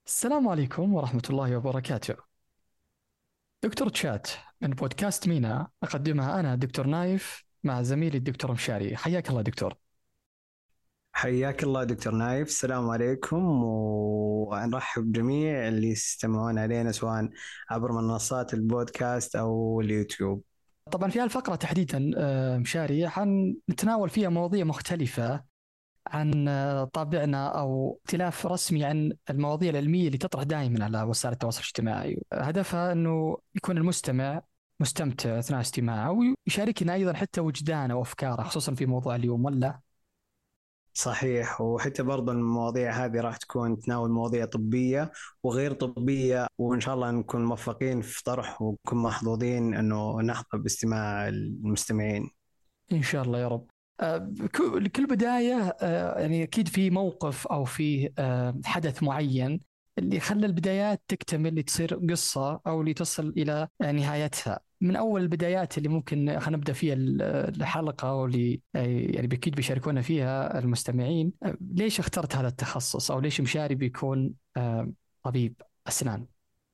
السلام عليكم ورحمة الله وبركاته. دكتور تشات من بودكاست مينا، أقدمها أنا دكتور نايف مع زميلي الدكتور مشاري. حياك الله دكتور. حياك الله دكتور نايف، السلام عليكم ونرحب بجميع اللي يستمعون علينا سواء عبر منصات البودكاست أو اليوتيوب. طبعا في هالفقرة تحديدا مشاري حنتناول فيها مواضيع مختلفة عن طابعنا أو ائتلاف رسمي عن المواضيع العلمية اللي تطرح دائما على وسائل التواصل الاجتماعي. هدفها أنه يكون المستمع مستمتع أثناء استماعه ويشاركنا أيضا حتى وجدانه وأفكاره، خصوصا في موضوع اليوم. ولا صحيح، وحتى برضو المواضيع هذه راح تكون تناول مواضيع طبية وغير طبية، وإن شاء الله نكون موفقين في طرح ونكون محظوظين أنه نحظى باستماع المستمعين. إن شاء الله يا رب. لكل بداية يعني أكيد في موقف أو في حدث معين اللي خلى البدايات تكتمل، اللي تصير قصة أو اللي تصل إلى نهايتها. من أول البدايات اللي ممكن خلينا نبدأ فيها الحلقة، واللي يعني أكيد بيشاركونا فيها المستمعين. ليش اخترت هذا التخصص، أو ليش مشاري بيكون طبيب أسنان؟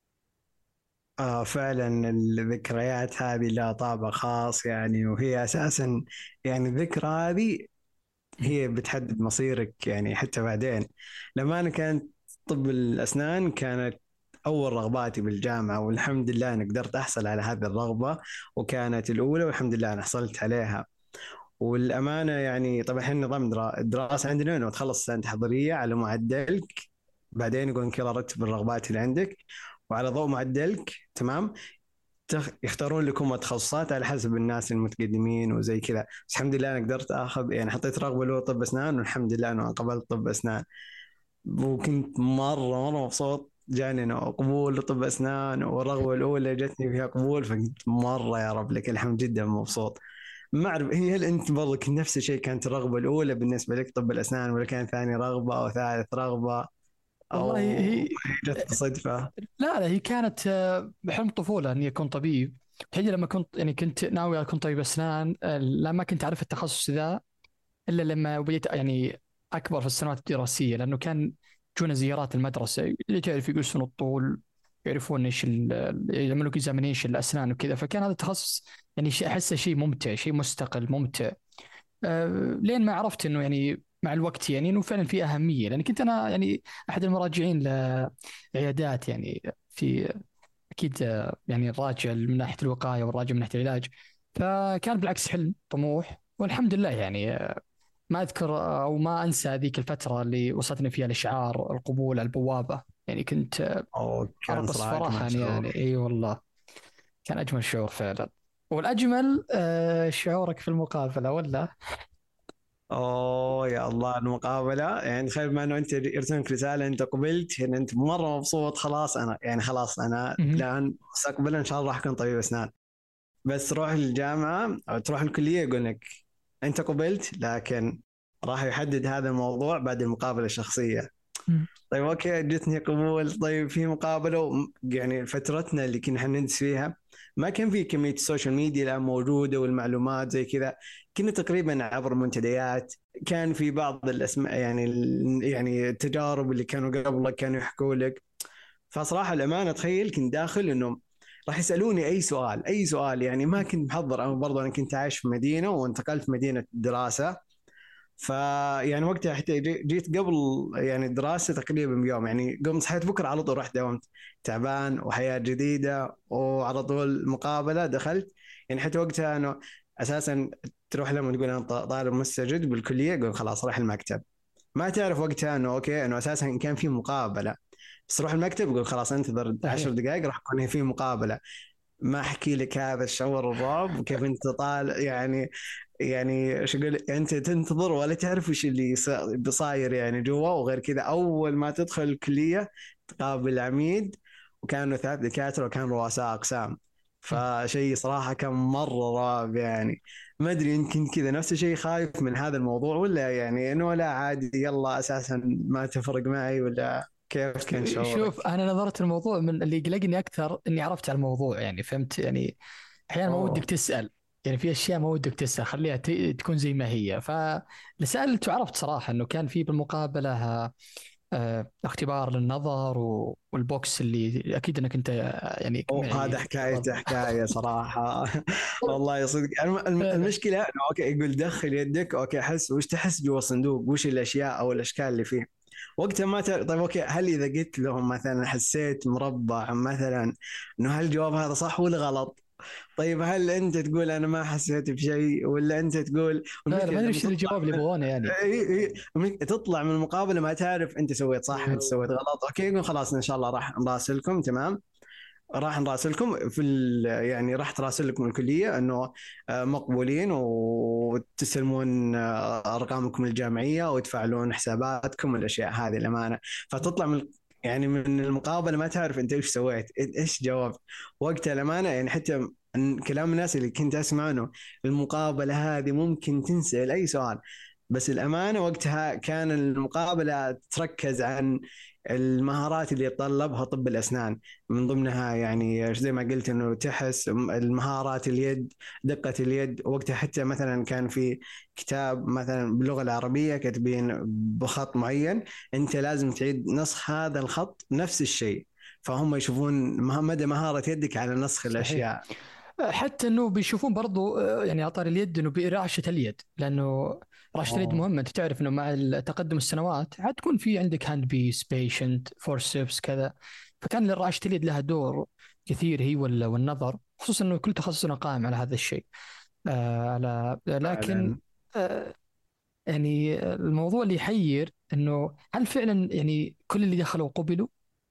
فعلا الذكريات هذه لها طابع خاص يعني، وهي أساسا يعني الذكرى هذه هي بتحدد مصيرك يعني حتى بعدين. لما أنا كانت طب الأسنان كانت أول رغباتي بالجامعة، والحمد لله أنا قدرت أحصل على هذه الرغبة، وكانت الأولى والحمد لله أنا حصلت عليها. والأمانة يعني طبعا احنا نظام الدراسة عندنا إنه تخلص سنة تحضيرية على معدلك، بعدين يقولون كذا رتب الرغبات اللي عندك، وعلى ضوء معدلك تمام يختارون لكم تخصصات على حسب الناس المتقدمين وزي كذا. بس الحمد لله انا قدرت اخذ يعني حطيت رغبه الاولى طب اسنان، والحمد لله انه قبلت طب اسنان، وكنت مره مبسوط. جاني أنا قبول لطب اسنان والرغبه الاولى جتني فيها قبول، فكنت مره يا رب لك الحمد جدا مبسوط. ما اعرف هل انت برضه كنت نفس الشيء، كانت الرغبه الاولى بالنسبه لك طب الاسنان، ولا كان ثاني رغبه او ثالث رغبه، والله او هي هي جت بالصدفه؟ لا هي كانت بحلم طفولة إني أكون طبيب. تخيل لما كنت يعني كنت ناوي أكون طبيب أسنان، لما كنت أعرف التخصص ذا إلا لما بديت يعني أكبر في السنوات الدراسية، لأنه كان جونا زيارات المدرسة اللي تعرف يقيسون الطول، يعرفون ايش يعملوا لك اكزامينيشن الاسنان وكذا. فكان هذا التخصص يعني احسه شيء ممتع، شيء مستقل ممتع. لين ما عرفت انه يعني مع الوقت يعني انه فعلا في اهميه، لان كنت انا يعني احد المراجعين لعيادات يعني في، اكيد يعني الراجع من ناحيه الوقايه والراجع من ناحيه العلاج. فكان بالعكس حلم طموح، والحمد لله يعني ما اذكر او ما انسى ذيك الفتره اللي وصلتني فيها الاشعار القبول على البوابه. يعني كنت او كان ارقص صراحه فرحا، اجمل يعني شعور. اي والله كان اجمل شعور فعلا. والاجمل شعورك في المقابله ولا؟ اوه يا الله المقابله، يعني تخيل ما انه انت يرسلك رساله انت قبلت، يعني انت مره مبسوط، خلاص انا يعني خلاص انا مهم. الان مستقبلا ان شاء الله راح اكون طبيب اسنان. بس تروح الجامعه او تروح الكليه يقول لك انت قبلت، لكن راح يحدد هذا الموضوع بعد المقابله الشخصيه. مم. طيب اوكي جتني قبول، طيب في مقابله يعني فترتنا اللي كنا حندرس فيها ما كان في كميه السوشيال ميديا الان موجوده والمعلومات زي كذا، كنا تقريبا عبر منتديات. كان في بعض الاسماء يعني يعني التجارب اللي كانوا قبلك كانوا يحكوا لك. فصراحه الامانه تخيل كنت داخل انه راح يسالوني اي سؤال اي سؤال، يعني ما كنت محضر. انا برضه انا كنت عايش في مدينه وانتقلت مدينه دراسه، فيعني وقتها حتى جيت قبل يعني الدراسة تقريبا بيوم، يعني قمت صحيت بكرة على طول رحت داومت، تعبان وحياة جديدة وعلى طول مقابلة دخلت. يعني حتى وقتها انه اساسا تروح لما تقول انا طالب مستجد بالكلية يقول خلاص راح المكتب، ما تعرف وقتها انه اوكي انه اساسا كان في مقابلة. بس تروح المكتب يقول خلاص انتظر عشر صحيح. دقائق راح يكون في مقابلة. ما احكي لك هذا الشعور الرعب وكيف انت طالع يعني، يعني ايش اقول انت تنتظر ولا تعرف ايش اللي بصاير يعني جوا. وغير كذا اول ما تدخل الكليه تقابل العميد، وكانوا ثلاث دكاتره وكانوا رؤساء اقسام، فشيء صراحه كان مره رعب يعني. ما ادري يمكن كذا نفس الشيء خايف من هذا الموضوع، ولا يعني انه لا عادي يلا اساسا ما تفرق معي، ولا كيف كان شوف شعورك؟ انا نظرت الموضوع من اللي قلقني اكثر اني عرفت على الموضوع، يعني فهمت يعني احيانا ما ودك اوه تسال، يعني في اشياء ما ودك تسال خليها تكون زي ما هي. فسالت وعرفت صراحه انه كان في بالمقابله اختبار للنظر والبوكس اللي اكيد انك انت يعني معي وهذا حكاية صراحة. والله صدق فعلا. المشكلة انه اوكي يقول دخل يدك، اوكي احس وش تحس جوا الصندوق، وش الاشياء او الاشكال اللي فيه وقتها ما طيب اوكي، هل اذا قلت لهم مثلا حسيت مربع مثلا، انه هل الجواب هذا صح ولا غلط؟ طيب هل انت تقول انا ما حسيت بشيء، ولا انت تقول؟ فعلا ما المشكلة ادري لما ايش تطلع الجواب اللي يبغونه يعني. تطلع من المقابلة ما تعرف انت سويت صح انت ايوه. سويت غلط. اوكي يقول خلاص ان شاء الله راح نراسلكم، تمام. راح نراسلكم يعني راح تراسل لكم الكليه انه مقبولين، وتستلمون ارقامكم الجامعيه وتفعلون حساباتكم والاشياء هذه الامانه. فتطلع يعني من المقابله ما تعرف انت ايش سويت، ايش جاوبت وقتها الامانه. يعني حتى كلام الناس اللي كنت اسمع انه المقابله هذه ممكن تنسال اي سؤال، بس الامانه وقتها كان المقابله تركز عن المهارات اللي يتطلبها طب الاسنان. من ضمنها يعني زي ما قلت انه تحس المهارات اليد، دقة اليد. وقتها حتى مثلا كان في كتاب مثلا باللغة العربية كاتبين بخط معين، انت لازم تعيد نسخ هذا الخط نفس الشيء، فهم يشوفون مدى مهارة يدك على نسخ صحيح. الاشياء. حتى انه بيشوفون برضو يعني على طاري اليد انه برعشه اليد، لانه رعشه اليد أوه. مهمه. انت تعرف انه مع تقدم السنوات حتكون في عندك هاند بيس بيشنت فورسبس كذا، فكان رعشه اليد لها دور كثير هي والنظر، خصوصا انه كل تخصصنا قائم على هذا الشيء. على لكن فعلا آه يعني الموضوع اللي يحير انه هل فعلا يعني كل اللي دخلوا قبلوا؟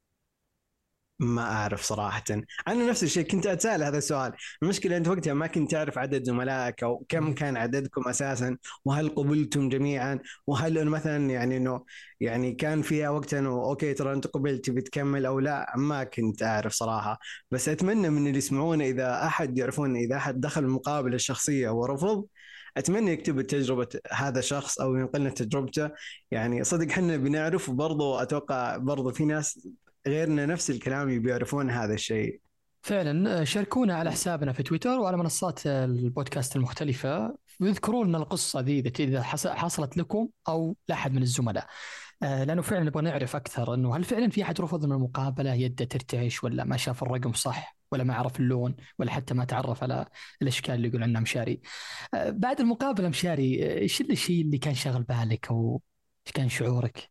ما أعرف صراحة. أنا نفس الشيء كنت أتساءل هذا السؤال. المشكلة أنت وقتها ما كنت تعرف عدد زملائك أو كم كان عددكم أساسا، وهل قبلتم جميعا، وهل إنه مثلا يعني إنه يعني كان فيها وقتها إنه أوكي ترى أنت قبلت بتكمل أو لا. ما كنت أعرف صراحة. بس أتمنى من اللي يسمعون إذا أحد يعرفون إذا أحد دخل المقابلة الشخصية ورفض، أتمنى يكتب تجربة هذا الشخص أو ينقل لنا تجربته. يعني صدق حنا بنعرف، وبرضه أتوقع برضه في ناس غيرنا نفس الكلام بيعرفون هذا الشيء. فعلا. شاركونا على حسابنا في تويتر وعلى منصات البودكاست المختلفة، واذكروا لنا القصة ذي إذا حصلت لكم أو لأحد من الزملاء. لأنه فعلا نبغى نعرف أكثر أنه هل فعلا في أحد رفض من المقابلة يده ترتعش، ولا ما شاف الرقم صح، ولا ما عرف اللون، ولا حتى ما تعرف على الأشكال اللي يقول عنها مشاري. بعد المقابلة مشاري، إيش الشيء اللي كان شاغل بالك أو إيش كان شعورك؟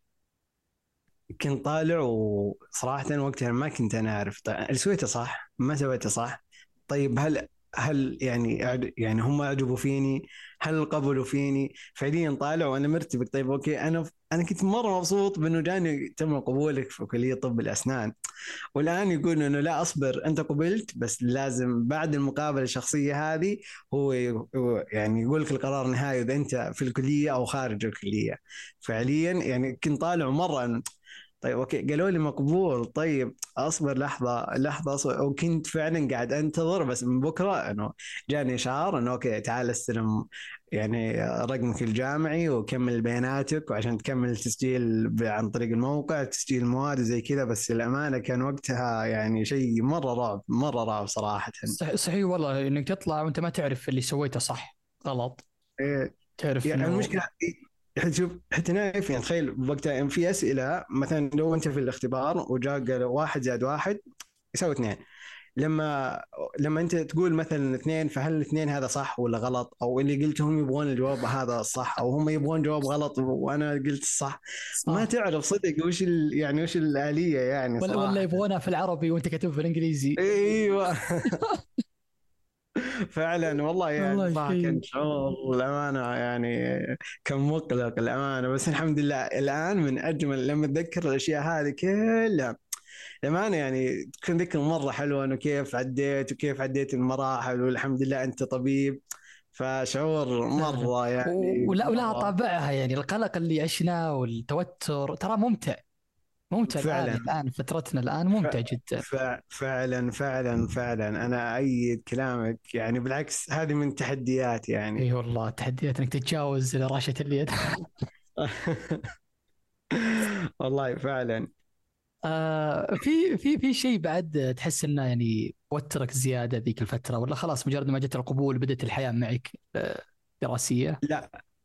كنت طالع وصراحة وقتها ما كنت أنا أعرف طيب سويته صح ما سويته صح. طيب هل يعني يعني هم أعجبوا فيني، هل قبلوا فيني فعليا؟ طالع وأنا مرتبك. طيب أوكي أنا كنت مرة مبسوط بأنه جاني تم قبولك في كلية طب الأسنان، والآن يقول إنه لا أصبر أنت قبلت، بس لازم بعد المقابلة الشخصية هذه يعني يقول لك القرار النهائي إذا أنت في الكلية أو خارج الكلية. فعليا يعني كنت طالع مرة طيب اوكي قالوا لي مقبول. طيب اصبر لحظه أصبر. وكنت فعلا قاعد انتظر، بس من بكره انه جاني اشعار انه اوكي تعال استلم يعني رقمك الجامعي وكمل بياناتك، وعشان تكمل التسجيل عن طريق الموقع تسجيل المواد وزي كذا. بس الامانه كان وقتها يعني شيء مره رعب، مره رعب صراحه. صحيح والله، إنك تطلع وأنت ما تعرف اللي سويته صح غلط. إيه، تعرف يعني إنه المشكله شوف حتى نايف، يعني تخيل وقتها في اسئله مثلا لو انت في الاختبار وجاء قال 1+1 يساوي 2. لما انت تقول مثلا 2، فهل الاثنين هذا صح ولا غلط؟ او اللي قلت هم يبغون الجواب هذا الصح، او هم يبغون جواب غلط وانا قلت الصح؟ ما صح، تعرف صدق وش يعني وش الآلية يعني ولا صراحة. يبغونها في العربي وأنت كاتب في الإنجليزي. ايوه. فعلا والله يعني والله صراحة كان شيء. شعور الأمانة يعني كان مقلق الأمانة. بس الحمد لله الآن من أجمل لما أتذكر الأشياء هذه كلها الأمانة، يعني تكون ذكر مرة حلوة إنه كيف عديت وكيف عديت المراحل، والحمد لله أنت طبيب. فشعور فعلا. مرة يعني ولا ولها مرة. طابعها، يعني القلق اللي عشناه والتوتر ترى ممتع. ممتع الآن، فعلا الآن فترتنا الآن ممتع جدا. فعلا أنا أيد كلامك. يعني بالعكس هذه من التحديات يعني. اي والله تحديات انك تتجاوز راشة اليد. والله فعلا. في شيء بعد تحس انه يعني وترك زيادة ذيك الفترة، ولا خلاص مجرد ما جت القبول بدأت الحياة معك دراسية؟ لا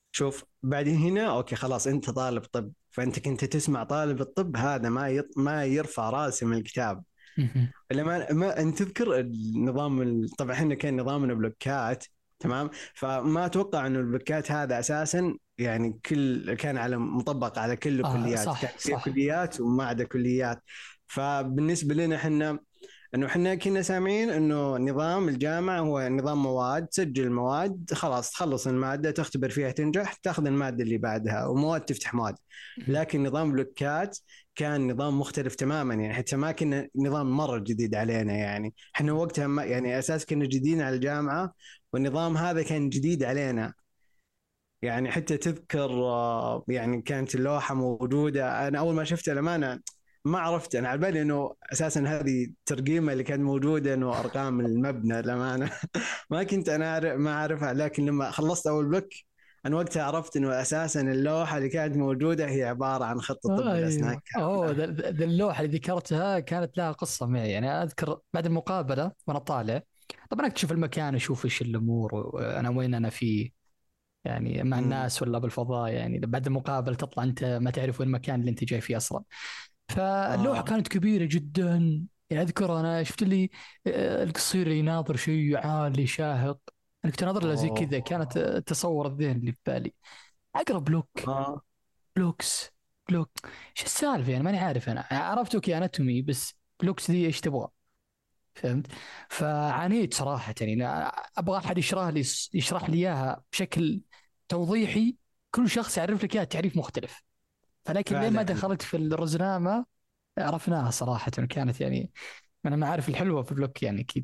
شوف بعد هنا اوكي خلاص انت طالب طب، فانت كنت تسمع طالب الطب هذا ما يرفع راسه من الكتاب. مهم. لما ما انت تذكر النظام طبعا احنا كان نظامنا بلوكات، تمام، فما اتوقع انه البلوكات هذا اساسا يعني كان على مطبق على كل الكليات، كان صح في صح. كليات وما عدا كليات. فبالنسبه لنا احنا انه احنا كنا سامعين انه نظام الجامعه هو نظام مواد، تسجل المواد خلاص تخلص الماده تختبر فيها تنجح تاخذ الماده اللي بعدها، ومواد تفتح مواد. مهم. لكن نظام بلوكات كان نظام مختلف تماما، يعني حتى ما كنا نظام مره جديد علينا، يعني احنا وقتها ما يعني اساس كنا جديدين على الجامعه، والنظام هذا كان جديد علينا. يعني حتى تذكر يعني كانت اللوحة موجودة، أنا أول ما شفتها الأمانة ما عرفت، أنا على بالي إنه أساسا هذه الترقيمة اللي كانت موجودة إنه أرقام المبنى الأمانة. ما كنت أنا ما أعرفها، لكن لما خلصت أول بلوك أنا وقتها عرفت إنه أساسا اللوحة اللي كانت موجودة هي عبارة عن خطة طب الأسنان ايوه، اوه، كاملة. ذا اللوحه اللي ذكرتها كانت لها قصه معي. يعني اذكر بعد المقابله وانا طالع، طبعا اكتشف المكان، اشوف ايش الامور وانا وين انا فيه، يعني مع أمم. الناس ولا بالفضاء. يعني بعد المقابله تطلع انت ما تعرف وين المكان اللي انت جاي فيه اصلا. فاللوحه آه. كانت كبيره جدا. يعني اذكر انا شفت لي القصير اللي يناظر شيء عالي شاهق. انا كنت اناظر له زي أوه. كذا، كانت التصور الذهن اللي في بالي. اقرب بلوك، آه. بلوكس، بلوك، ايش السالفه؟ يعني ماني عارف. انا عرفت اوكي اناتومي، بس بلوكس دي ايش تبغى؟ فهمت؟ فعانيت صراحه. يعني أنا ابغى احد يشرح لي اياها بشكل توضيحي. كل شخص يعرف لك اياها تعريف مختلف. فلكن لين ما فعلا. دخلت في الرزنامه عرفناها صراحه. كانت يعني من المعارف الحلوه في بلوك يعني اكيد.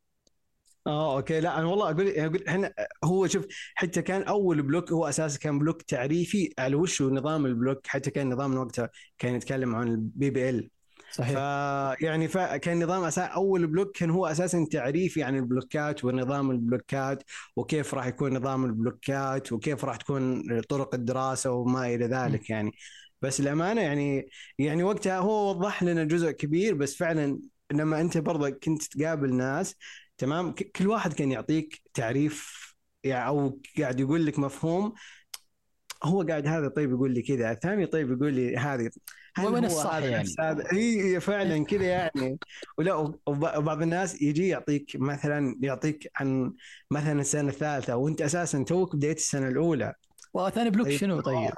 اه اوكي، لا انا والله اقول احنا هو شوف، حتى كان اول بلوك هو اساسا كان بلوك تعريفي على وش هو نظام البلوك، حتى كان نظام وقتها كان يتكلم عن البي بي ال. صحيح. فيعني كان نظام اول بلوك كان هو اساسا تعريفي عن البلوكات ونظام البلوكات، وكيف راح يكون نظام البلوكات، وكيف راح تكون طرق الدراسه وما الى مم. ذلك يعني. بس الامانه يعني وقتها هو وضح لنا جزء كبير، بس فعلا لما انت برضه كنت تقابل ناس، تمام، كل واحد كان يعطيك تعريف يعني، او قاعد يقول لك مفهوم. هو قاعد هذا طيب يقول لي كذا، الثاني طيب يقول لي هذه، هل وين هو الصح هذا يعني؟ نفس هذا؟ هي فعلا كذا يعني. ولا وبعض الناس يجي يعطيك مثلا، يعطيك عن مثلا السنه الثالثه وانت اساسا توك بديت السنه الاولى. وثاني بلوك طيب شنو طيب؟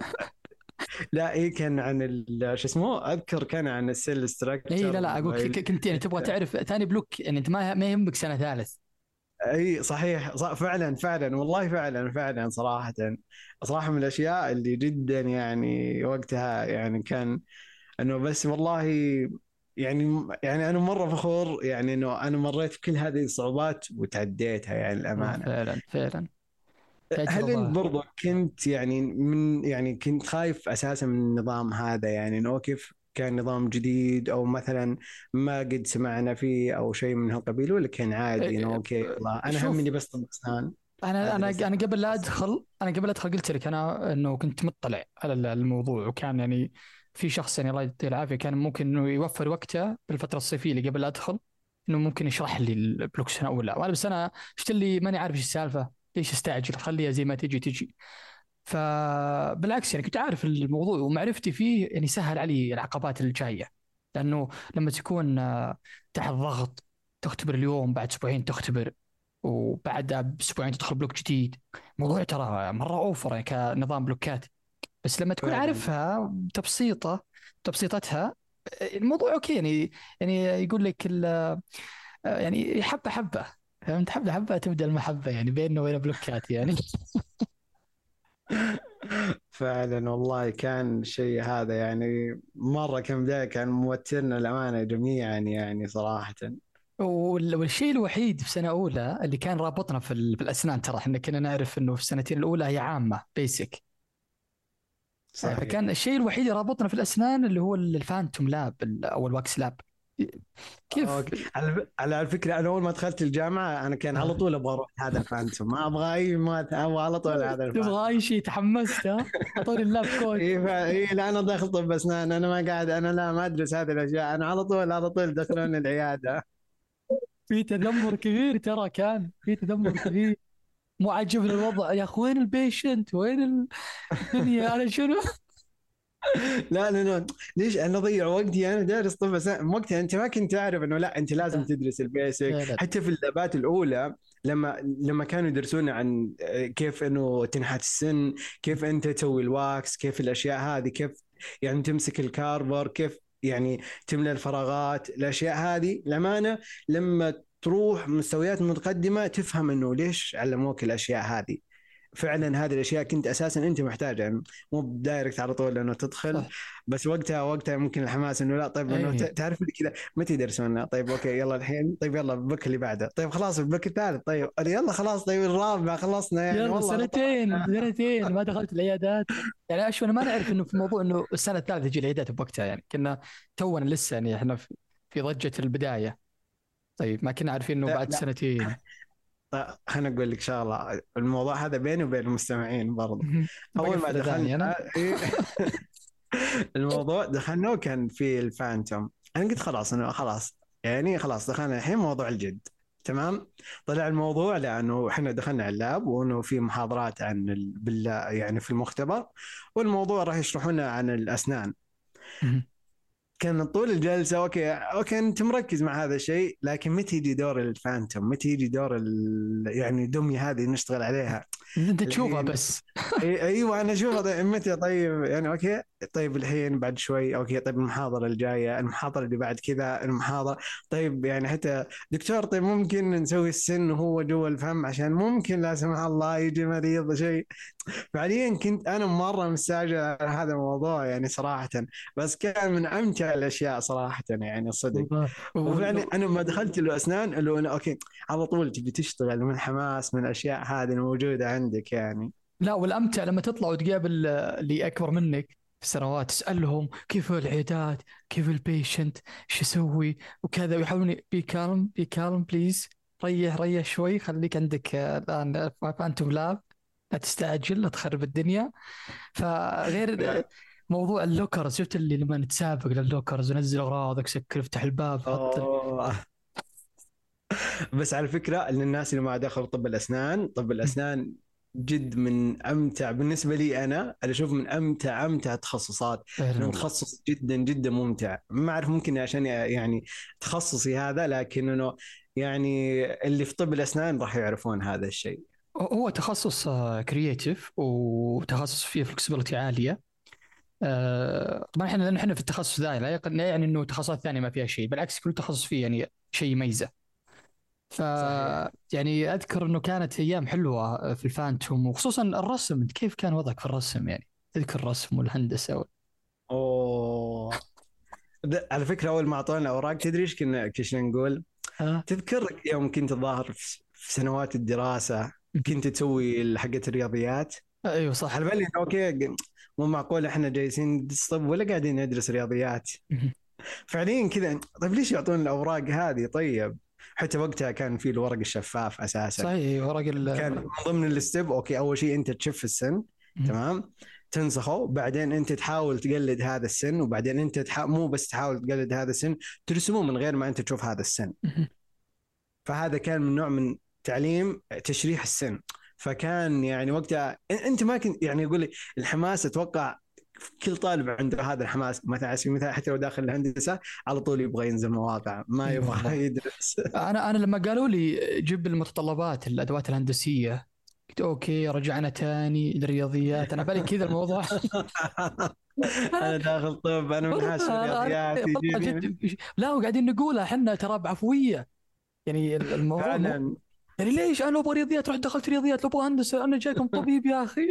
لا ايه كان عن شو اسمه، اذكر كان عن السيل اي ستراكشر. لا لا، اقول كنت يعني تبغى تعرف ثاني بلوك. يعني انت ما يهمك سنه ثالث. اي صحيح، فعلا فعلا والله فعلا فعلا صراحة. صراحة من الاشياء اللي جدا يعني وقتها يعني كان انه بس والله يعني انا مرة فخور يعني انه انا مريت في كل هذه الصعوبات وتعديتها يعني والله الامانة. فعلا فعلا هل انت تجربه. برضو كنت يعني يعني كنت خايف اساسا من النظام هذا، يعني انه كيف كان نظام جديد او مثلا ما قد سمعنا فيه او شيء من هالقبيل، ولا كان عادي انه اوكي والله انا شوف، همني بس طب اسنان انا ادرس. قبل لا ادخل، قلت لك انا انه كنت مطلع على الموضوع. وكان يعني في شخص يعني الله يعطيه العافيه كان ممكن انه يوفر وقته بالفتره الصيفيه اللي قبل لا ادخل، انه ممكن يشرح لي البلوك سنه اولى. وانا بس انا قلت لي ماني عارف ايش السالفه، ليش استعجل؟ خليها زي ما تجي تجي. فبالعكس يعني كنت عارف الموضوع ومعرفتي فيه يعني سهل علي العقبات الجايه. لانه لما تكون تحت ضغط، تختبر اليوم، بعد اسبوعين تختبر، وبعدها باسبوعين تدخل بلوك جديد. موضوع ترى مره اوفر يعني كنظام بلوكات. بس لما تكون فعلا. عارفها تبسيطتها الموضوع اوكي يعني. يعني يقول لك يعني حبه حبه. فهمت؟ حبه حبه تبدا المحبه يعني بيننا وبين بلوكات يعني. فعلا والله كان شيء هذا يعني مرة كان بداية كان موترنا الأمانة جميعا يعني صراحة. والشيء الوحيد في سنه اولى اللي كان رابطنا في الاسنان، ترى احنا كنا نعرف انه في السنتين الاولى هي عامه بيسك. صحيح. فكان الشيء الوحيد اللي رابطنا في الاسنان اللي هو الفانتوم لاب او الواكس لاب. كيف؟ اوكي، على فكرة انا اول ما دخلت الجامعة انا كان على طول ابغى اروح هذا الفانتوم، ما ابغى اي ما ابغى على طول هذا تبغى اي الفانتوم. شيء؟ تحمست ها؟ اعطوني اللاب كود. لا انا داخل طب اسنان، انا ما قاعد، انا لا ما ادرس هذه الاشياء، انا على طول دخلوني العيادة. في تذمر كبير، ترى كان في تذمر كبير. مو عاجبني الوضع يا اخي، وين البيشنت، وين الدنيا، انا شنو. لا لا لا، ليش انا اضيع وقتي؟ انا دارس طب اسنان وقتها، انت ما كنت تعرف انه لا انت لازم لا تدرس البيسك. لا لا. حتى في اللابات الاولى لما كانوا يدرسونا عن كيف انه تنحت السن، كيف انت تسوي الواكس، كيف الاشياء هذه، كيف يعني تمسك الكاربر، كيف يعني تملى الفراغات، الاشياء هذه الامانه لما تروح مستويات متقدمه تفهم انه ليش علموك الاشياء هذه. فعلا هذه الاشياء كنت اساسا انت محتاجها، يعني مو بدايركت على طول لانه تدخل. صح. بس وقتها ممكن الحماس انه لا طيب انه اي تعرف اللي كذا متى يدرسونا، طيب اوكي يلا الحين، طيب يلا البك اللي بعده، طيب خلاص البك الثالث، طيب يلا خلاص طيب الرابع خلصنا يعني يلا، والله سنتين غطينا. سنتين ما دخلت العيادات. يعني اشوف انا ما نعرف انه في موضوع انه السنه الثالثه تجي العيادات بوقتها، يعني كنا تونا لسه، يعني احنا في ضجه البدايه. طيب ما كنا عارفين انه لا بعد لا، سنتين. طيب خليني اقول لك شغله، الموضوع هذا بيني وبين المستمعين برضه. اول ما بقفل دخلنا اذاني انا. إيه، الموضوع دخلنا وكان في الفانتوم، انا قلت خلاص انه خلاص يعني خلاص دخلنا الحين موضوع الجد. تمام. طلع الموضوع لانه احنا دخلنا على اللاب وانه في محاضرات عن يعني في المختبر، والموضوع راح يشرحوا لنا عن الاسنان. كان طول الجلسه اوكي اوكي انت مركز مع هذا الشيء، لكن متى يجي دور الفانتوم، متى يجي دور يعني دمية هذه نشتغل عليها انت تشوفها الحين. بس. ايوه انا اشوفها طيب متى، طيب يعني اوكي طيب الحين بعد شوي اوكي طيب المحاضره الجايه، المحاضره اللي بعد كذا، المحاضره طيب يعني حتى دكتور طيب ممكن نسوي السن وهو جوا الفم عشان ممكن لا سمح الله يجي مريض شيء. فعليا كنت انا مره مستعجل على هذا الموضوع يعني صراحه، بس كان من امتع الاشياء صراحه يعني صدق. والله وفعلا انا لما دخلت الاسنان اللي انا اوكي على طول تبي تشتغل من حماس من الاشياء هذه الموجوده عندك يعني. لا، والامتع لما تطلع وتقابل اللي اكبر منك في السنوات، تسالهم كيف العيادات، كيف البيشنت، ايش يسوي وكذا، ويحاولون بي كالم بي كالم بليز، ريح ريح شوي، خليك عندك الان فانتوم لاب، لا تستعجل لا تخرب الدنيا. فغير موضوع اللوكرز، شفت اللي لما نتسابق للوكرز ونزل اغراضك سكر افتح الباب حط أوه. بس على فكرة للناس اللي ما دخلوا طب الأسنان، طب الأسنان جد من أمتع بالنسبة لي، أنا أشوف من أمتع التخصصات، فعلا لأنه والله. تخصص جدا جدا ممتع. ما أعرف ممكن عشان يعني تخصصي هذا، لكن إنه يعني اللي في طب الأسنان راح يعرفون هذا الشيء. هو تخصص كرييتيف، وتخصص فيه فلكسبيتي عاليه. طبعا احنا لان احنا في التخصص ذا لا يعني انه تخصصات ثانيه ما فيها شيء، بالعكس كل تخصص فيه يعني شيء يميزه. ف صحيح. يعني اذكر انه كانت ايام حلوه في الفانتوم، وخصوصا الرسم. انت كيف كان وضعك في الرسم يعني؟ تذكر الرسم والهندسه أوه. على فكرة أول ما أعطونا الأوراق تدري إيش كنا إيش نقول؟ ها. تذكر يوم كنت الظاهر في سنوات الدراسة كنت تسوي حقة الرياضيات؟ ايوه على صح. بالي إنه اوكي مو معقول احنا جالسين ندرس طب ولا قاعدين ندرس رياضيات. فعليا كذا طيب ليش يعطون الاوراق هذه طيب؟ حتى وقتها كان في الورق الشفاف اساسا. صحيح ورق كان من ضمن الستيب اوكي اول شيء انت تشوف السن. تمام. تنسخه، بعدين انت تحاول تقلد هذا السن، وبعدين انت مو بس تحاول تقلد هذا السن، ترسمه من غير ما انت تشوف هذا السن. فهذا كان من نوع من تعليم تشريح السن. فكان يعني وقتها انت ما كنت يعني يقول لي الحماس، اتوقع كل طالب عنده هذا الحماس مثلا على سبيل المثال حتى لو داخل الهندسه على طول يبغى ينزل مواقع ما اي يبغى والله. يدرس. انا لما قالوا لي جيب المتطلبات الادوات الهندسيه، قلت اوكي رجعنا تاني للرياضيات، انا بالي كذا الموضوع. انا داخل طب انا من حاسب رياضيات والله يجيني. جد. لا وقاعدين نقولها احنا ترى بعفويه، يعني الموضوع مو، فعلا. يعني ليش انا ابغى رياضيات رحت دخلت رياضيات، لو ابغى هندسه انا جايكم طبيب يا اخي.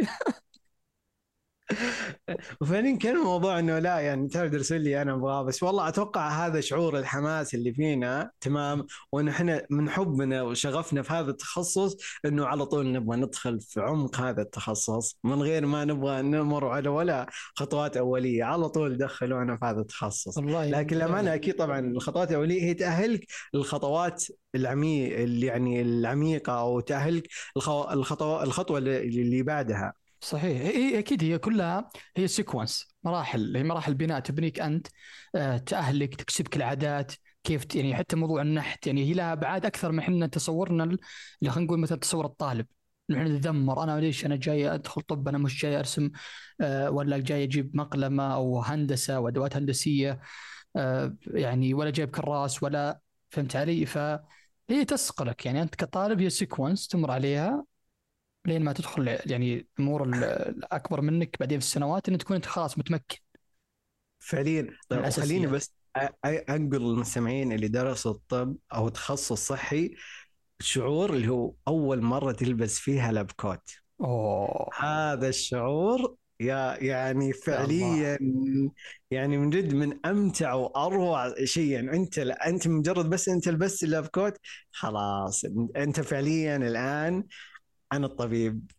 وفعليا كان الموضوع انه لا يعني ترى درس لي انا ابغاه، بس والله اتوقع هذا شعور الحماس اللي فينا تمام، وانه احنا من حبنا وشغفنا في هذا التخصص انه على طول نبغى ندخل في عمق هذا التخصص من غير ما نبغى نمر على ولا خطوات اوليه، على طول دخلونا في هذا التخصص. والله لكن لما فعلا. انا اكيد طبعا الخطوات الاوليه هي تاهلك للخطوات يعني العميقه، او تاهلك الخطوه اللي بعدها. صحيح، هي اكيد هي كلها هي سيكونس، مراحل، هي مراحل بناء تبنيك انت، تاهلك تكسبك العادات، كيف يعني حتى موضوع النحت يعني هي لها ابعاد اكثر من احنا تصورنا اللي خلينا نقول مثلا تصور الطالب. نحن نتذمر، انا ليش انا جاي ادخل طب، انا مش جاي ارسم ولا جاي اجيب مقلمه او هندسه وادوات هندسيه، يعني ولا جايب كراس ولا. فهمت علي؟ فهي تسقلك، يعني انت كطالب هي سيكونس تمر عليها لين ما تدخل يعني الامور الاكبر منك بعدين في السنوات، ان تكون انت خلاص متمكن فعليا. من طيب وخليني الاساسيات. بس انقل للمستمعين اللي درسوا الطب او تخصص صحي شعور اللي هو اول مره تلبس فيها لاب كوت. اوه. هذا الشعور يعني يا الله. فعليا، يعني من جد من امتع واروع شيء. يعني انت مجرد بس انت لبست اللاب كوت، خلاص انت فعليا الان انا الطبيب.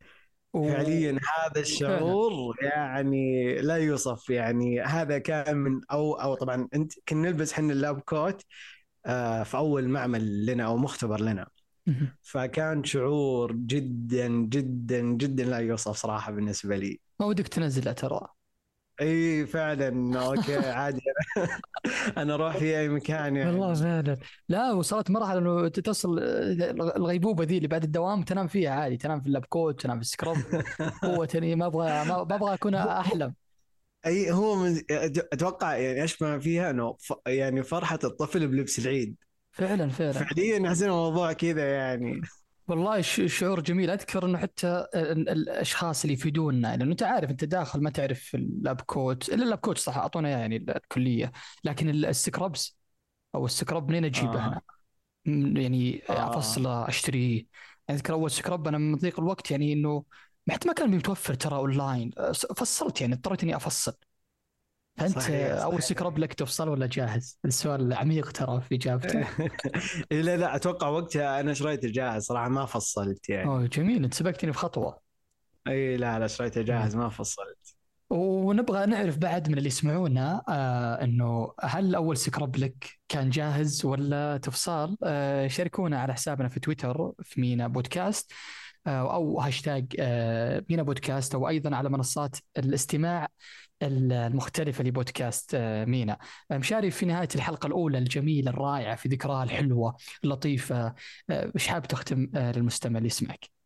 فعليا هذا فعلا. الشعور يعني لا يوصف. يعني هذا كان من او طبعا انت كنا نلبس احنا اللاب كوت في اول معمل لنا او مختبر لنا. مهم. فكان شعور جدا جدا جدا لا يوصف صراحة بالنسبة لي. ما ودك تنزله ترى. اي فعلا، اوكي عادي. انا اروح في اي مكان والله يعني. فعلا. لا، وصلت مرحله انه تصل الغيبوبه ذي اللي بعد الدوام تنام فيها عادي، تنام في اللاب كوت، تنام في السكراب. قوة ما ابغى، ما ابغى اكون هو احلم. اي هو من اتوقع يعني اشبه فيها انه يعني فرحة الطفل بلبس العيد. فعلا فعلا. فعليا احس الموضوع كذا يعني. والله شعور جميل. اذكر انه حتى الاشخاص اللي يفيدوننا، لانه انت عارف انت داخل ما تعرف اللاب كوت الا اللاب كوت، صح اعطونا اياه يعني الكليه، لكن السكرابس او السكراب منين اجيبه اه انا؟ يعني اه افصله اشتريه. يعني اذكر اول سكراب انا من ضيق الوقت، يعني انه حتى ما كان متوفر ترى اونلاين، فصلت يعني اضطريت اني افصل. فانت صحيح اول صحيح. سكراب لك تفصل ولا جاهز؟ السؤال عميق ترى في اجابته. إيه، لا لا اتوقع وقتها انا شريته جاهز صراحة ما فصلت يعني. اوه جميل، انت سبقتني بخطوه. اي لا لا شريته جاهز ما فصلت. ونبغى نعرف بعد من اللي يسمعونا انه هل اول سكراب لك كان جاهز ولا تفصال؟ شاركونا على حسابنا في تويتر في مينا بودكاست، او هاشتاج مينا بودكاست، او ايضا على منصات الاستماع المختلفة لبودكاست مينا. مشاري في نهاية الحلقة الأولى الجميلة الرائعة في ذكراها الحلوة اللطيفة، إيش حاب تختم للمستمع اللي يسمعك؟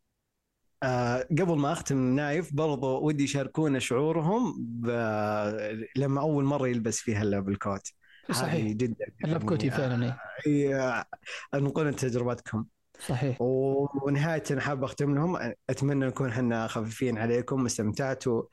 قبل ما اختم نايف برضو ودي يشاركونا شعورهم لما اول مره يلبس فيها الكوت. هذه صحيح. جدا اللاب يعني كوتي فعلا إيه. انقل تجربتكم. صحيح. ونهايه أنا حاب اختم لهم، اتمنى نكون احنا خفيفين عليكم، استمتعتوا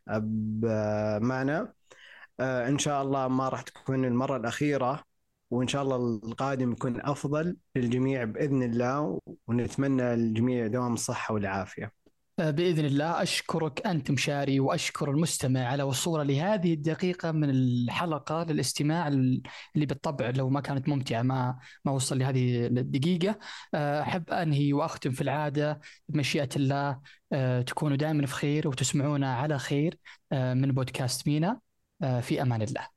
معنا. ان شاء الله ما راح تكون المره الاخيره، وان شاء الله القادم يكون افضل للجميع باذن الله، ونتمنى للجميع دوام الصحه والعافيه. بإذن الله. أشكرك أنت مشاري، وأشكر المستمع على وصوله لهذه الدقيقة من الحلقة للاستماع، اللي بالطبع لو ما كانت ممتعة ما وصل لهذه الدقيقة. أحب أنهي وأختم في العادة بمشيئة الله. تكونوا دائما في خير وتسمعونا على خير من بودكاست مينا. في أمان الله.